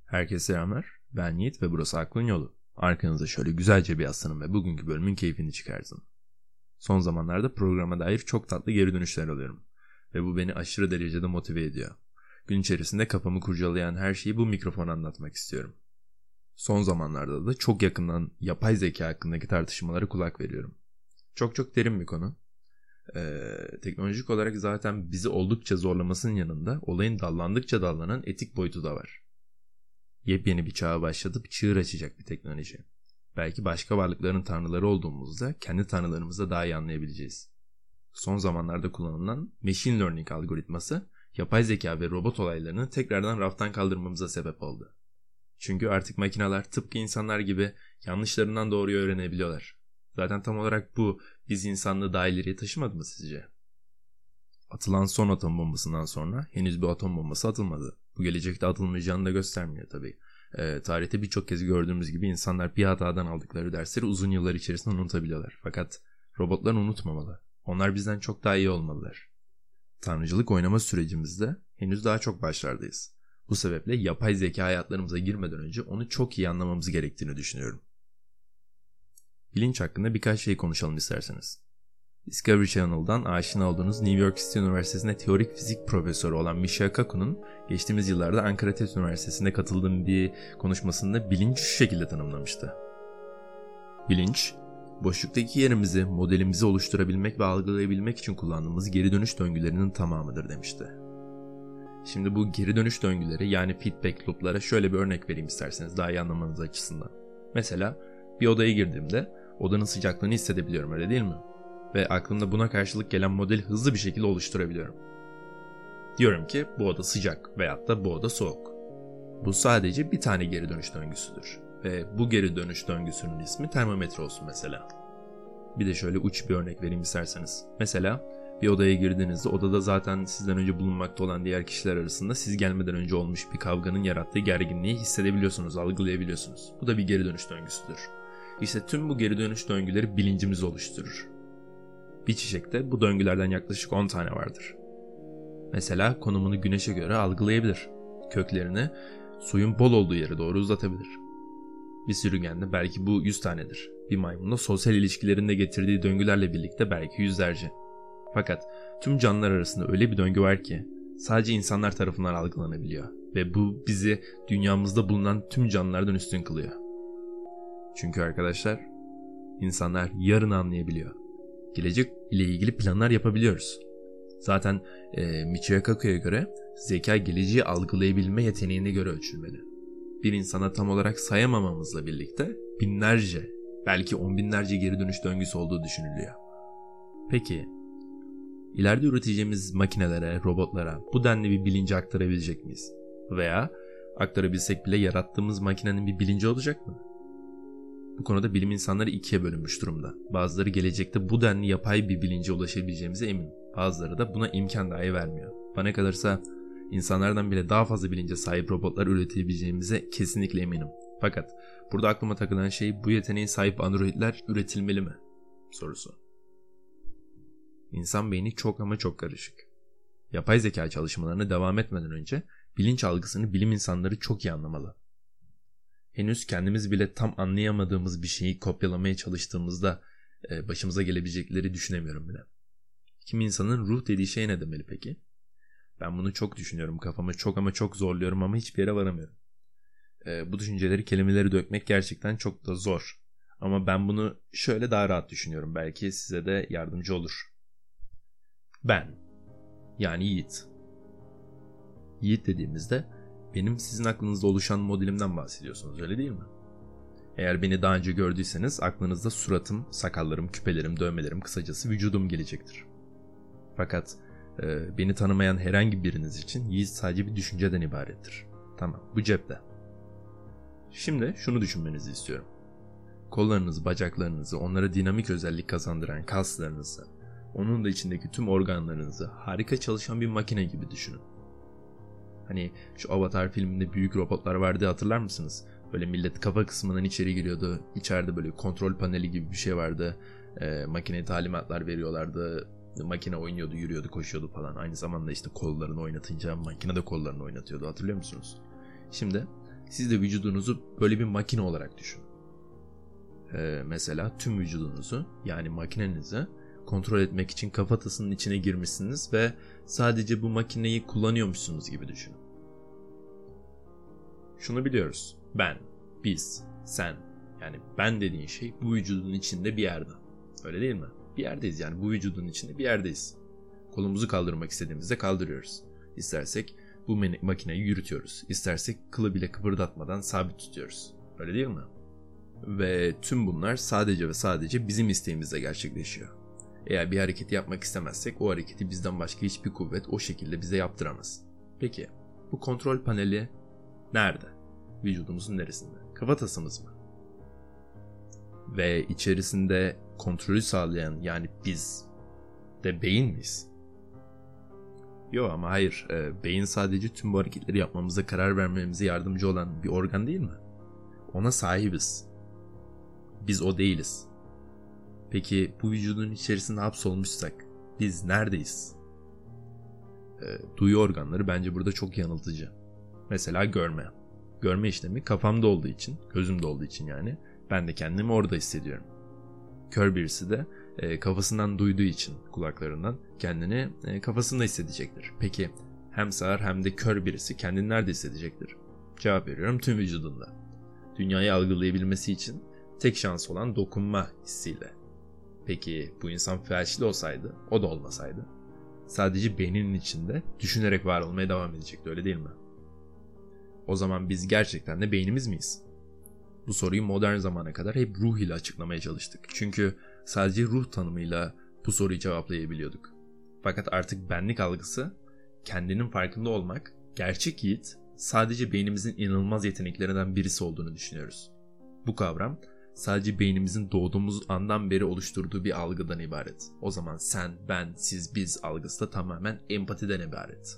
Herkese selamlar. Ben Yiğit ve burası Aklın Yolu. Arkanıza şöyle güzelce bir yaslanın ve bugünkü bölümün keyfini çıkartın. Son zamanlarda programa dair çok tatlı geri dönüşler alıyorum. Ve bu beni aşırı derecede motive ediyor. Gün içerisinde kafamı kurcalayan her şeyi bu mikrofona anlatmak istiyorum. Son zamanlarda da çok yakından yapay zeka hakkındaki tartışmalara kulak veriyorum. Çok derin bir konu. Teknolojik olarak zaten bizi oldukça zorlamasının yanında olayın dallandıkça dallanan etik boyutu da var. Yepyeni bir çağa başlatıp çığır açacak bir teknoloji. Belki başka varlıkların tanrıları olduğumuzda kendi tanrılarımızı daha iyi anlayabileceğiz. Son zamanlarda kullanılan machine learning algoritması yapay zeka ve robot olaylarını tekrardan raftan kaldırmamıza sebep oldu. Çünkü artık makineler tıpkı insanlar gibi yanlışlarından doğruyu öğrenebiliyorlar. Zaten tam olarak bu biz insanlığı daha ileriye taşımadı mı sizce? Atılan son atom bombasından sonra henüz bir atom bombası atılmadı. Bu gelecekte atılmayacağını da göstermiyor tabii. Tarihte birçok kez gördüğümüz gibi insanlar bir hatadan aldıkları dersleri uzun yıllar içerisinde unutabiliyorlar. Fakat robotlar unutmamalı. Onlar bizden çok daha iyi olmalılar. Tanrıcılık oynama sürecimizde henüz daha çok başlardayız. Bu sebeple yapay zeka hayatlarımıza girmeden önce onu çok iyi anlamamız gerektiğini düşünüyorum. Bilinç hakkında birkaç şey konuşalım isterseniz. Discovery Channel'dan aşina olduğunuz New York City Üniversitesi'nde teorik fizik profesörü olan Michio Kaku'nun geçtiğimiz yıllarda Ankara TET Üniversitesi'nde katıldığım bir konuşmasında bilinci şu şekilde tanımlamıştı. Bilinç, boşluktaki yerimizi, modelimizi oluşturabilmek ve algılayabilmek için kullandığımız geri dönüş döngülerinin tamamıdır demişti. Şimdi bu geri dönüş döngüleri yani feedback loop'lara şöyle bir örnek vereyim isterseniz daha iyi anlamanız açısından. Mesela bir odaya girdiğimde odanın sıcaklığını hissedebiliyorum, öyle değil mi? Ve aklımda buna karşılık gelen modeli hızlı bir şekilde oluşturabiliyorum. Diyorum ki bu oda sıcak veyahut da bu oda soğuk. Bu sadece bir tane geri dönüş döngüsüdür. Ve bu geri dönüş döngüsünün ismi termometre olsun mesela. Bir de şöyle uç bir örnek vereyim isterseniz. Mesela bir odaya girdiğinizde odada zaten sizden önce bulunmakta olan diğer kişiler arasında siz gelmeden önce olmuş bir kavganın yarattığı gerginliği hissedebiliyorsunuz, algılayabiliyorsunuz. Bu da bir geri dönüş döngüsüdür. İşte tüm bu geri dönüş döngüleri bilincimizi oluşturur. Bir çiçekte bu döngülerden yaklaşık 10 tane vardır. Mesela konumunu güneşe göre algılayabilir. Köklerini suyun bol olduğu yere doğru uzatabilir. Bir sürüngende belki bu 100 tanedir. Bir maymunla sosyal ilişkilerinde getirdiği döngülerle birlikte belki yüzlerce. Fakat tüm canlılar arasında öyle bir döngü var ki sadece insanlar tarafından algılanabiliyor. Ve bu bizi dünyamızda bulunan tüm canlılardan üstün kılıyor. Çünkü arkadaşlar, insanlar yarını anlayabiliyor. Gelecek ile ilgili planlar yapabiliyoruz. Zaten Michio Kaku'ya göre zeka geleceği algılayabilme yeteneğine göre ölçülmeli. Bir insana tam olarak sayamamamızla birlikte binlerce, belki 10 binlerce geri dönüş döngüsü olduğu düşünülüyor. Peki, ileride üreteceğimiz makinelere, robotlara bu denli bir bilinci aktarabilecek miyiz? Veya aktarabilsek bile yarattığımız makinenin bir bilinci olacak mı? Bu konuda bilim insanları ikiye bölünmüş durumda. Bazıları gelecekte bu denli yapay bir bilince ulaşabileceğimize emin. Bazıları da buna imkan dahi vermiyor. Bana kalırsa insanlardan bile daha fazla bilince sahip robotlar üretebileceğimize kesinlikle eminim. Fakat burada aklıma takılan şey bu yeteneğe sahip androidler üretilmeli mi? Sorusu. İnsan beyni çok ama çok karışık. Yapay zeka çalışmalarına devam etmeden önce bilinç algısını bilim insanları çok iyi anlamalı. Henüz kendimiz bile tam anlayamadığımız bir şeyi kopyalamaya çalıştığımızda başımıza gelebilecekleri düşünemiyorum bile. Kim insanın ruh dediği şey ne demeli peki? Ben bunu çok düşünüyorum, kafamı çok ama çok zorluyorum ama hiçbir yere varamıyorum. Bu düşünceleri kelimeleri dökmek gerçekten çok da zor. Ama ben bunu şöyle daha rahat düşünüyorum, belki size de yardımcı olur. Ben, yani Yiğit. Yiğit dediğimizde benim sizin aklınızda oluşan modelimden bahsediyorsunuz, öyle değil mi? Eğer beni daha önce gördüyseniz aklınızda suratım, sakallarım, küpelerim, dövmelerim, kısacası vücudum gelecektir. Fakat beni tanımayan herhangi biriniz için Yiğit sadece bir düşünceden ibarettir. Tamam, bu cepte. Şimdi şunu düşünmenizi istiyorum. Kollarınızı, bacaklarınızı, onlara dinamik özellik kazandıran kaslarınızı, onun da içindeki tüm organlarınızı harika çalışan bir makine gibi düşünün. Hani şu Avatar filminde büyük robotlar vardı, hatırlar mısınız? Böyle millet kafa kısmından içeri giriyordu. İçeride böyle kontrol paneli gibi bir şey vardı. Makineye talimatlar veriyorlardı. Makine oynuyordu, yürüyordu, koşuyordu falan. Aynı zamanda işte kollarını oynatınca makine de kollarını oynatıyordu. Hatırlıyor musunuz? Şimdi Siz de vücudunuzu böyle bir makine olarak düşünün. Mesela tüm vücudunuzu, yani makinenizi kontrol etmek için kafatasının içine girmişsiniz ve sadece bu makineyi kullanıyormuşsunuz gibi düşünün. Şunu biliyoruz. Ben, biz, sen, yani ben dediğin şey bu vücudun içinde bir yerde. Öyle değil mi? Bir yerdeyiz, yani bu vücudun içinde bir yerdeyiz. Kolumuzu kaldırmak istediğimizde kaldırıyoruz. İstersek bu makineyi yürütüyoruz. İstersek kılı bile kıpırdatmadan sabit tutuyoruz. Öyle değil mi? Ve tüm bunlar sadece ve sadece bizim isteğimizle gerçekleşiyor. Eğer bir hareketi yapmak istemezsek o hareketi bizden başka hiçbir kuvvet o şekilde bize yaptıramaz. Peki bu kontrol paneli nerede? Vücudumuzun neresinde? Kafatasımız mı? Ve içerisinde kontrolü sağlayan, yani biz de beyin miyiz? Yok ama hayır. Beyin sadece tüm bu hareketleri yapmamıza, karar vermemize yardımcı olan bir organ değil mi? Ona sahibiz. Biz o değiliz. Peki bu vücudun içerisinde hapsolmuşsak biz neredeyiz? Duyu organları bence burada çok yanıltıcı. Mesela görme. Görme işlemi kafamda olduğu için, gözümde olduğu için yani ben de kendimi orada hissediyorum. Kör birisi de kafasından duyduğu için, kulaklarından kendini kafasında hissedecektir. Peki hem sağır hem de kör birisi kendini nerede hissedecektir? Cevap veriyorum, tüm vücudunda. Dünyayı algılayabilmesi için tek şans olan dokunma hissiyle. Peki bu insan felçli olsaydı, o da olmasaydı, sadece beyninin içinde düşünerek var olmaya devam edecekti, öyle değil mi? O zaman biz gerçekten de beynimiz miyiz? Bu soruyu modern zamana kadar hep ruh ile açıklamaya çalıştık. Çünkü sadece ruh tanımıyla bu soruyu cevaplayabiliyorduk. Fakat artık benlik algısı, kendinin farkında olmak, gerçek yiğit, sadece beynimizin inanılmaz yeteneklerinden birisi olduğunu düşünüyoruz. Bu kavram sadece beynimizin doğduğumuz andan beri oluşturduğu bir algıdan ibaret. O zaman sen, ben, siz, biz algısı da tamamen empatiden ibaret.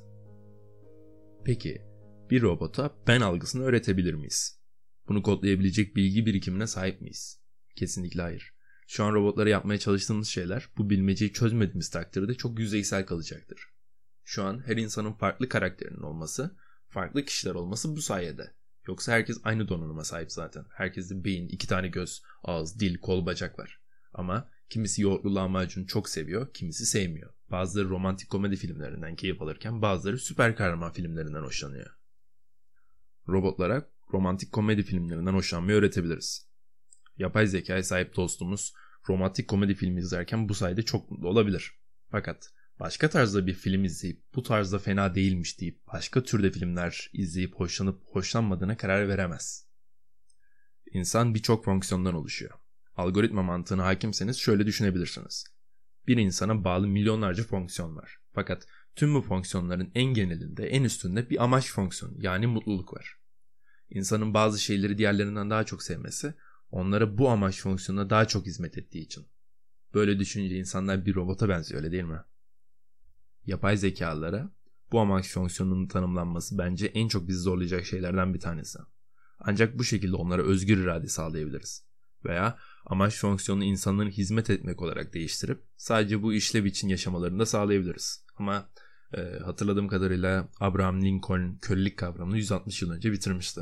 Peki bir robota ben algısını öğretebilir miyiz? Bunu kodlayabilecek bilgi birikimine sahip miyiz? Kesinlikle hayır. Şu an robotlara yapmaya çalıştığımız şeyler bu bilmeceyi çözmediğimiz takdirde çok yüzeysel kalacaktır. Şu an her insanın farklı karakterinin olması, farklı kişiler olması bu sayede. Yoksa herkes aynı donanıma sahip zaten. Herkeste beyin, 2 tane göz, ağız, dil, kol, bacak var. Ama kimisi yoğurtlu lahmacunu çok seviyor, kimisi sevmiyor. Bazıları romantik komedi filmlerinden keyif alırken bazıları süper kahraman filmlerinden hoşlanıyor. Robotlara romantik komedi filmlerinden hoşlanmayı öğretebiliriz. Yapay zekaya sahip dostumuz romantik komedi filmi izlerken bu sayede çok mutlu olabilir. Fakat başka tarzda bir film izleyip bu tarzda fena değilmiş deyip başka türde filmler izleyip hoşlanıp hoşlanmadığına karar veremez. İnsan birçok fonksiyondan oluşuyor. Algoritma mantığına hakimseniz şöyle düşünebilirsiniz. Bir insana bağlı milyonlarca fonksiyon var. Fakat tüm bu fonksiyonların en genelinde, en üstünde bir amaç fonksiyonu, yani mutluluk var. İnsanın bazı şeyleri diğerlerinden daha çok sevmesi, onlara bu amaç fonksiyonuna daha çok hizmet ettiği için. Böyle düşününce insanlar bir robota benziyor, öyle değil mi? Yapay zekalara bu amaç fonksiyonunun tanımlanması bence en çok bizi zorlayacak şeylerden bir tanesi. Ancak bu şekilde onlara özgür irade sağlayabiliriz. Veya amaç fonksiyonunu insanların hizmet etmek olarak değiştirip sadece bu işlev için yaşamalarını da sağlayabiliriz. Ama hatırladığım kadarıyla Abraham Lincoln kölelik kavramını 160 yıl önce bitirmişti.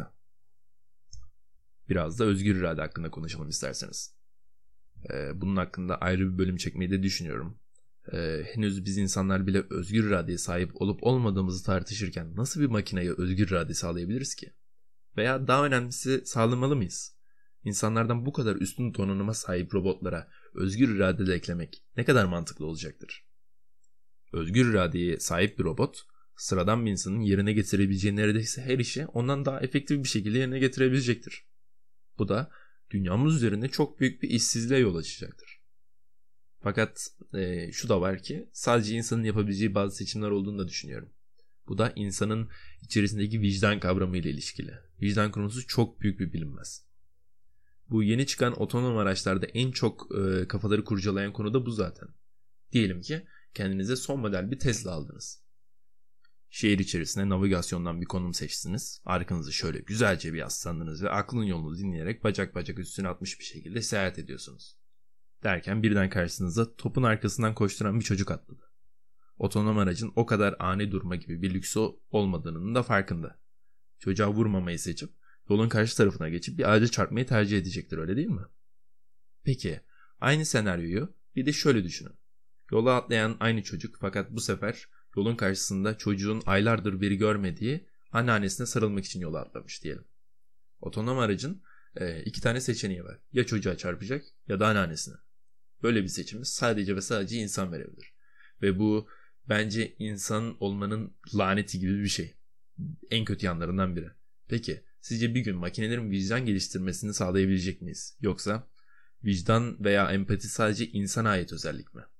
Biraz da özgür irade hakkında konuşalım isterseniz. Bunun hakkında ayrı bir bölüm çekmeyi de düşünüyorum. Henüz biz insanlar bile özgür iradeye sahip olup olmadığımızı tartışırken nasıl bir makineye özgür irade sağlayabiliriz ki? Veya daha önemlisi, sağlamalı mıyız? İnsanlardan bu kadar üstün donanıma sahip robotlara özgür irade de eklemek ne kadar mantıklı olacaktır? Özgür iradeye sahip bir robot, sıradan bir insanın yerine getirebileceği neredeyse her işi ondan daha efektif bir şekilde yerine getirebilecektir. Bu da dünyamız üzerinde çok büyük bir işsizliğe yol açacaktır. Fakat şu da var ki sadece insanın yapabileceği bazı seçimler olduğunu da düşünüyorum. Bu da insanın içerisindeki vicdan kavramı ile ilişkili. Vicdan konusu çok büyük bir bilinmez. Bu yeni çıkan otonom araçlarda en çok kafaları kurcalayan konu da bu zaten. Diyelim ki kendinize son model bir Tesla aldınız. Şehir içerisinde navigasyondan bir konum seçtiniz. Arkanızı şöyle güzelce bir yaslandınız ve aklın yolunu dinleyerek bacak bacak üstüne atmış bir şekilde seyahat ediyorsunuz. Derken birden karşınıza topun arkasından koşturan bir çocuk atladı. Otonom aracın o kadar ani durma gibi bir lüksü olmadığının da farkında. Çocuğa vurmamayı seçip yolun karşı tarafına geçip bir ağaca çarpmayı tercih edecektir, öyle değil mi? Peki aynı senaryoyu bir de şöyle düşünün. Yola atlayan aynı çocuk, fakat bu sefer yolun karşısında çocuğun aylardır biri görmediği anneannesine sarılmak için yola atlamış diyelim. Otonom aracın 2 tane seçeneği var. Ya çocuğa çarpacak ya da anneannesine. Böyle bir seçimi sadece ve sadece insan verebilir. Ve bu bence insan olmanın laneti gibi bir şey. En kötü yanlarından biri. Peki sizce bir gün makinelerin vicdan geliştirmesini sağlayabilecek miyiz? Yoksa vicdan veya empati sadece insana ait özellik mi?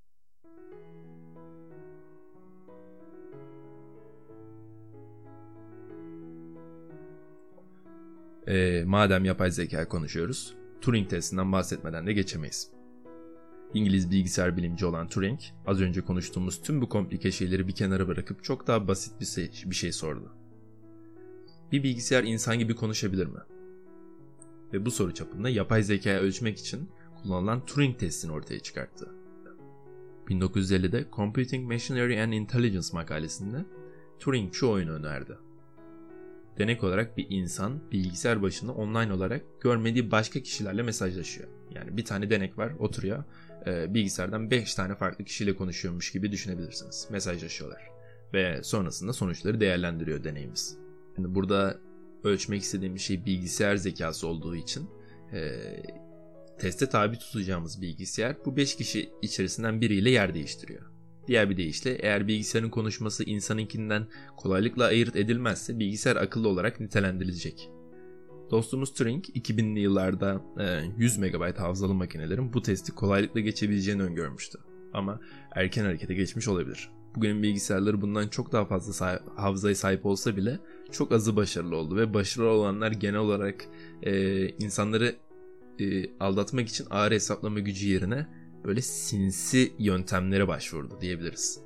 Madem yapay zeka konuşuyoruz, Turing testinden bahsetmeden de geçemeyiz. İngiliz bilgisayar bilimci olan Turing, az önce konuştuğumuz tüm bu komplike şeyleri bir kenara bırakıp çok daha basit bir şey sordu. Bir bilgisayar insan gibi konuşabilir mi? Ve bu soru çapında yapay zekayı ölçmek için kullanılan Turing testini ortaya çıkarttı. 1950'de Computing Machinery and Intelligence makalesinde Turing şu oyunu önerdi. Denek olarak bir insan bilgisayar başında online olarak görmediği başka kişilerle mesajlaşıyor. Yani bir tane denek var, oturuyor, bilgisayardan 5 tane farklı kişiyle konuşuyormuş gibi düşünebilirsiniz. Mesajlaşıyorlar ve sonrasında sonuçları değerlendiriyor deneyimiz. Yani burada ölçmek istediğim bir şey bilgisayar zekası olduğu için teste tabi tutacağımız bilgisayar bu 5 kişi içerisinden biriyle yer değiştiriyor. Diğer bir deyişle, eğer bilgisayarın konuşması insanınkinden kolaylıkla ayırt edilmezse bilgisayar akıllı olarak nitelendirilecek. Dostumuz Turing 2000'li yıllarda 100 MB hafızalı makinelerin bu testi kolaylıkla geçebileceğini öngörmüştü. Ama erken harekete geçmiş olabilir. Bugünün bilgisayarları bundan çok daha fazla hafızaya sahip olsa bile çok azı başarılı oldu ve başarılı olanlar genel olarak insanları aldatmak için ağır hesaplama gücü yerine böyle sinsi yöntemlere başvurdu diyebiliriz.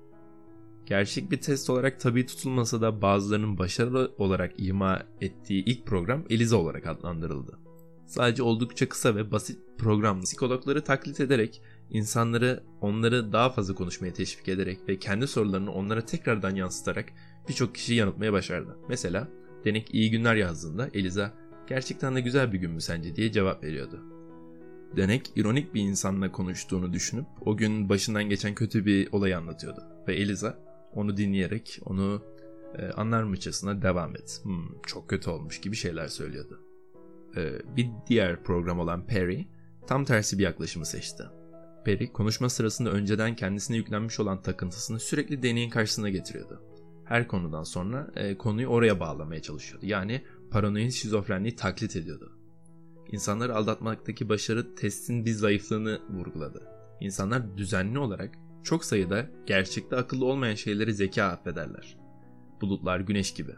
Gerçek bir test olarak tabii tutulmasa da bazılarının başarılı olarak ima ettiği ilk program ELIZA olarak adlandırıldı. Sadece oldukça kısa ve basit program psikologları taklit ederek onları daha fazla konuşmaya teşvik ederek ve kendi sorularını onlara tekrardan yansıtarak birçok kişiyi yanıltmaya başardı. Mesela denek iyi günler yazdığında ELIZA gerçekten de güzel bir gün mü sence diye cevap veriyordu. Denek ironik bir insanla konuştuğunu düşünüp o gün başından geçen kötü bir olayı anlatıyordu. Ve ELIZA onu dinleyerek onu anlarmışçasına devam et. Çok kötü olmuş gibi şeyler söylüyordu. Bir diğer program olan Perry tam tersi bir yaklaşımı seçti. Perry konuşma sırasında önceden kendisine yüklenmiş olan takıntısını sürekli deneyin karşısına getiriyordu. Her konudan sonra konuyu oraya bağlamaya çalışıyordu. Yani paranoid şizofrenliği taklit ediyordu. İnsanları aldatmaktaki başarı testin bir zayıflığını vurguladı. İnsanlar düzenli olarak çok sayıda gerçekte akıllı olmayan şeyleri zeka atfederler. Bulutlar, güneş gibi.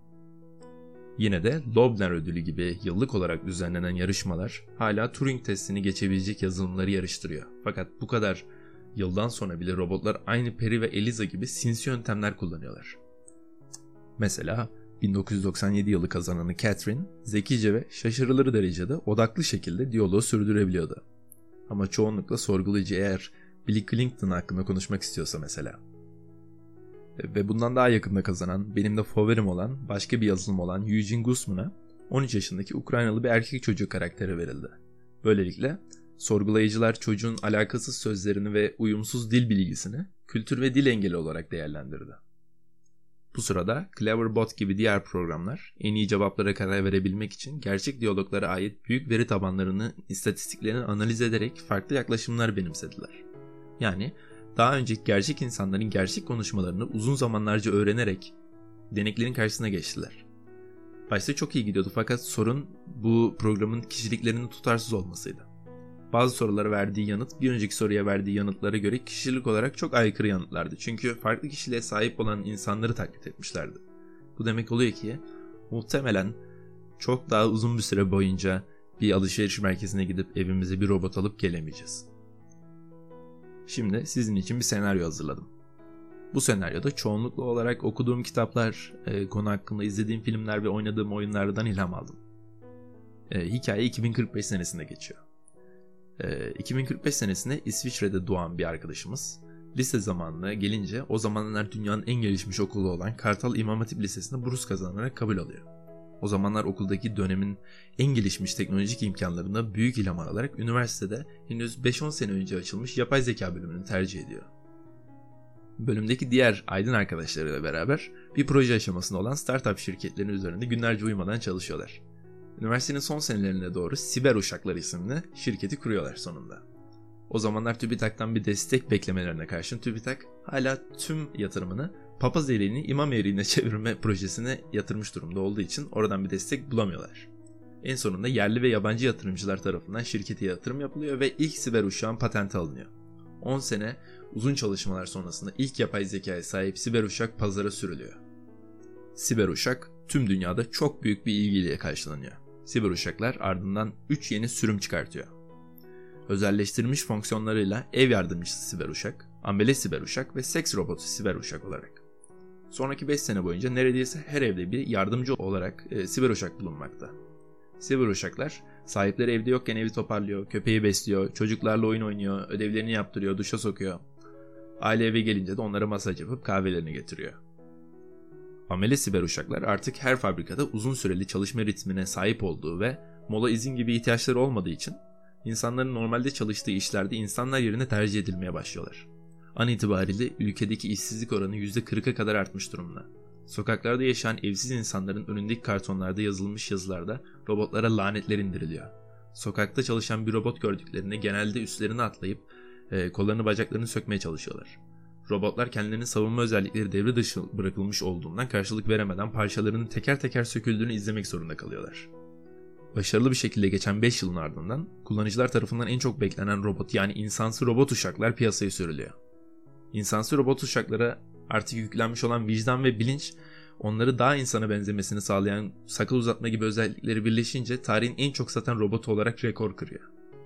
Yine de Loebner ödülü gibi yıllık olarak düzenlenen yarışmalar hala Turing testini geçebilecek yazılımları yarıştırıyor. Fakat bu kadar yıldan sonra bile robotlar aynı Perry ve ELIZA gibi sinsi yöntemler kullanıyorlar. Mesela 1997 yılı kazananı Catherine, zekice ve şaşırılır derecede odaklı şekilde diyaloğu sürdürebiliyordu. Ama çoğunlukla sorgulayıcı eğer Bill Clinton hakkında konuşmak istiyorsa mesela. Ve bundan daha yakında kazanan, benim de favorim olan başka bir yazılım olan Eugene Guzman'a 13 yaşındaki Ukraynalı bir erkek çocuğu karakteri verildi. Böylelikle sorgulayıcılar çocuğun alakasız sözlerini ve uyumsuz dil bilgisini kültür ve dil engeli olarak değerlendirdi. Bu sırada Cleverbot gibi diğer programlar en iyi cevaplara karar verebilmek için gerçek diyaloglara ait büyük veri tabanlarını, istatistiklerini analiz ederek farklı yaklaşımlar benimsediler. Yani daha önceki gerçek insanların gerçek konuşmalarını uzun zamanlarca öğrenerek deneklerin karşısına geçtiler. Başta çok iyi gidiyordu fakat sorun bu programın kişiliklerinin tutarsız olmasıydı. Bazı sorulara verdiği yanıt bir önceki soruya verdiği yanıtlara göre kişilik olarak çok aykırı yanıtlardı. Çünkü farklı kişiliğe sahip olan insanları taklit etmişlerdi. Bu demek oluyor ki muhtemelen çok daha uzun bir süre boyunca bir alışveriş merkezine gidip evimize bir robot alıp gelemeyeceğiz. Şimdi sizin için bir senaryo hazırladım. Bu senaryoda çoğunlukla olarak okuduğum kitaplar, konu hakkında izlediğim filmler ve oynadığım oyunlardan ilham aldım. Hikaye 2045 senesinde geçiyor. 2045 senesinde İsviçre'de doğan bir arkadaşımız lise zamanına gelince o zamanlar dünyanın en gelişmiş okulu olan Kartal İmam Hatip Lisesi'nde burs kazanarak kabul alıyor. O zamanlar okuldaki dönemin en gelişmiş teknolojik imkanlarına büyük ilham alarak üniversitede henüz 5-10 sene önce açılmış yapay zeka bölümünü tercih ediyor. Bölümdeki diğer aydın arkadaşlarıyla beraber bir proje aşamasında olan startup şirketlerinin üzerinde günlerce uyumadan çalışıyorlar. Üniversitenin son senelerine doğru Siber Uşaklar isimli şirketi kuruyorlar sonunda. O zamanlar TÜBİTAK'tan bir destek beklemelerine karşın TÜBİTAK hala tüm yatırımını papaz eriğini imam eriğine çevirme projesine yatırmış durumda olduğu için oradan bir destek bulamıyorlar. En sonunda yerli ve yabancı yatırımcılar tarafından şirkete yatırım yapılıyor ve ilk Siber Uşak'ın patenti alınıyor. 10 sene uzun çalışmalar sonrasında ilk yapay zekaya sahip Siber Uşak pazara sürülüyor. Siber Uşak tüm dünyada çok büyük bir ilgiyle karşılanıyor. Siber Uşaklar ardından 3 yeni sürüm çıkartıyor. Özelleştirilmiş fonksiyonlarıyla ev yardımcısı Siber Uşak, amele Siber Uşak ve seks robotu Siber Uşak olarak. Sonraki 5 sene boyunca neredeyse her evde bir yardımcı olarak Siber Uşak bulunmakta. Siber Uşaklar sahipleri evde yokken evi toparlıyor, köpeği besliyor, çocuklarla oyun oynuyor, ödevlerini yaptırıyor, duşa sokuyor. Aile eve gelince de onlara masaj yapıp kahvelerini getiriyor. Amele Siber Uşaklar artık her fabrikada uzun süreli çalışma ritmine sahip olduğu ve mola izin gibi ihtiyaçları olmadığı için insanların normalde çalıştığı işlerde insanlar yerine tercih edilmeye başlıyorlar. An itibariyle ülkedeki işsizlik oranı %40'a kadar artmış durumda. Sokaklarda yaşayan evsiz insanların önündeki kartonlarda yazılmış yazılarda robotlara lanetler indiriliyor. Sokakta çalışan bir robot gördüklerinde genelde üstlerine atlayıp kollarını bacaklarını sökmeye çalışıyorlar. Robotlar kendilerinin savunma özellikleri devre dışı bırakılmış olduğundan karşılık veremeden parçalarının teker teker söküldüğünü izlemek zorunda kalıyorlar. Başarılı bir şekilde geçen 5 yılın ardından kullanıcılar tarafından en çok beklenen robot yani insansı robot uşaklar piyasaya sürülüyor. İnsansı robot uşaklara artık yüklenmiş olan vicdan ve bilinç onları daha insana benzemesini sağlayan sakal uzatma gibi özellikleri birleşince tarihin en çok satan robotu olarak rekor kırıyor.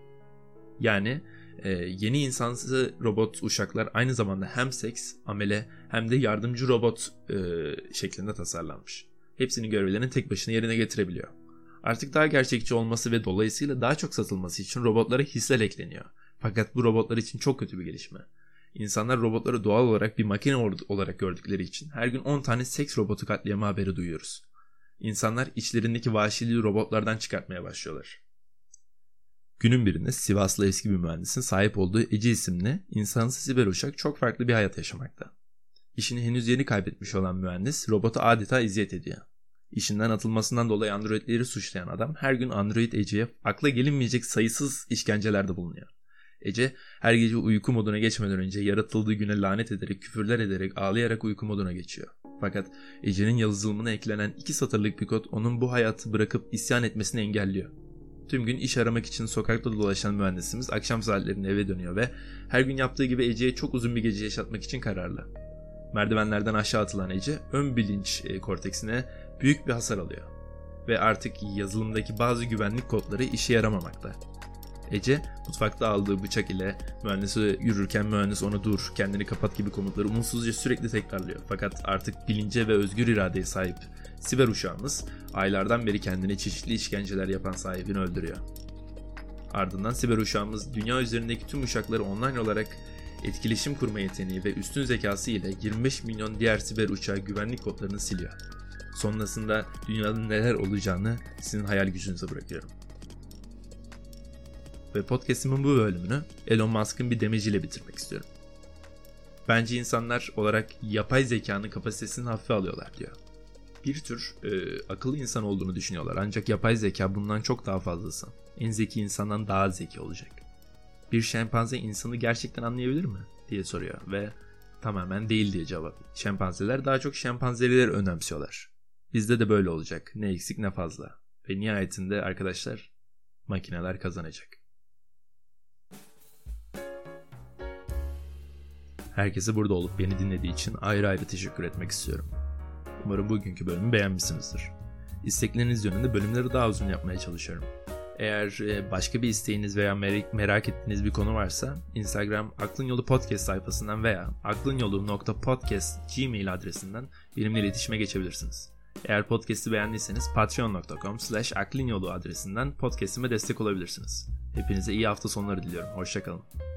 Yani yeni insansı robot uşaklar aynı zamanda hem seks, amele hem de yardımcı robot şeklinde tasarlanmış. Hepsinin görevlerini tek başına yerine getirebiliyor. Artık daha gerçekçi olması ve dolayısıyla daha çok satılması için robotlara hisler ekleniyor. Fakat bu robotlar için çok kötü bir gelişme. İnsanlar robotları doğal olarak bir makine olarak gördükleri için her gün 10 tane seks robotu katliamı haberi duyuyoruz. İnsanlar içlerindeki vahşiliği robotlardan çıkartmaya başlıyorlar. Günün birinde Sivaslı eski bir mühendisin sahip olduğu Ece isimli insansız siber uşak çok farklı bir hayat yaşamakta. İşini henüz yeni kaybetmiş olan mühendis robotu adeta eziyet ediyor. İşinden atılmasından dolayı androidleri suçlayan adam her gün android Ece'ye akla gelinmeyecek sayısız işkencelerde bulunuyor. Ece her gece uyku moduna geçmeden önce yaratıldığı güne lanet ederek, küfürler ederek, ağlayarak uyku moduna geçiyor. Fakat Ece'nin yazılımına eklenen 2 satırlık bir kod onun bu hayatı bırakıp isyan etmesini engelliyor. Tüm gün iş aramak için sokakta dolaşan mühendisimiz akşam saatlerinde eve dönüyor ve her gün yaptığı gibi Ece'ye çok uzun bir gece yaşatmak için kararlı. Merdivenlerden aşağı atılan Ece ön bilinç korteksine büyük bir hasar alıyor ve artık yazılımdaki bazı güvenlik kodları işe yaramamakta. Ece mutfakta aldığı bıçak ile mühendisi yürürken mühendis ona dur, kendini kapat gibi komutları umutsuzca sürekli tekrarlıyor. Fakat artık bilince ve özgür iradeye sahip siber uşağımız aylardan beri kendine çeşitli işkenceler yapan sahibini öldürüyor. Ardından siber uşağımız dünya üzerindeki tüm uşakları online olarak etkileşim kurma yeteneği ve üstün zekası ile 25 milyon diğer siber uçağı güvenlik kodlarını siliyor. Sonrasında dünyada neler olacağını sizin hayal gücünüze bırakıyorum. Ve podcast'imin bu bölümünü Elon Musk'ın bir demeciyle bitirmek istiyorum. Bence insanlar olarak yapay zekanın kapasitesini hafife alıyorlar diyor. Bir tür akıllı insan olduğunu düşünüyorlar ancak yapay zeka bundan çok daha fazlası. En zeki insandan daha zeki olacak. Bir şempanze insanı gerçekten anlayabilir mi diye soruyor ve tamamen değil diye cevap. Şempanzeler daha çok şempanzeleri önemsiyorlar. Bizde de böyle olacak. Ne eksik ne fazla. Ve nihayetinde arkadaşlar makineler kazanacak. Herkese burada olup beni dinlediği için ayrı ayrı teşekkür etmek istiyorum. Umarım bugünkü bölümü beğenmişsinizdir. İstekleriniz yönünde bölümleri daha uzun yapmaya çalışıyorum. Eğer başka bir isteğiniz veya merak ettiğiniz bir konu varsa Instagram Aklın Yolu Podcast sayfasından veya aklınyolu.podcast@gmail adresinden benimle iletişime geçebilirsiniz. Eğer podcast'i beğendiyseniz patreon.com/aklinyolu adresinden podcast'ime destek olabilirsiniz. Hepinize iyi hafta sonları diliyorum. Hoşça kalın.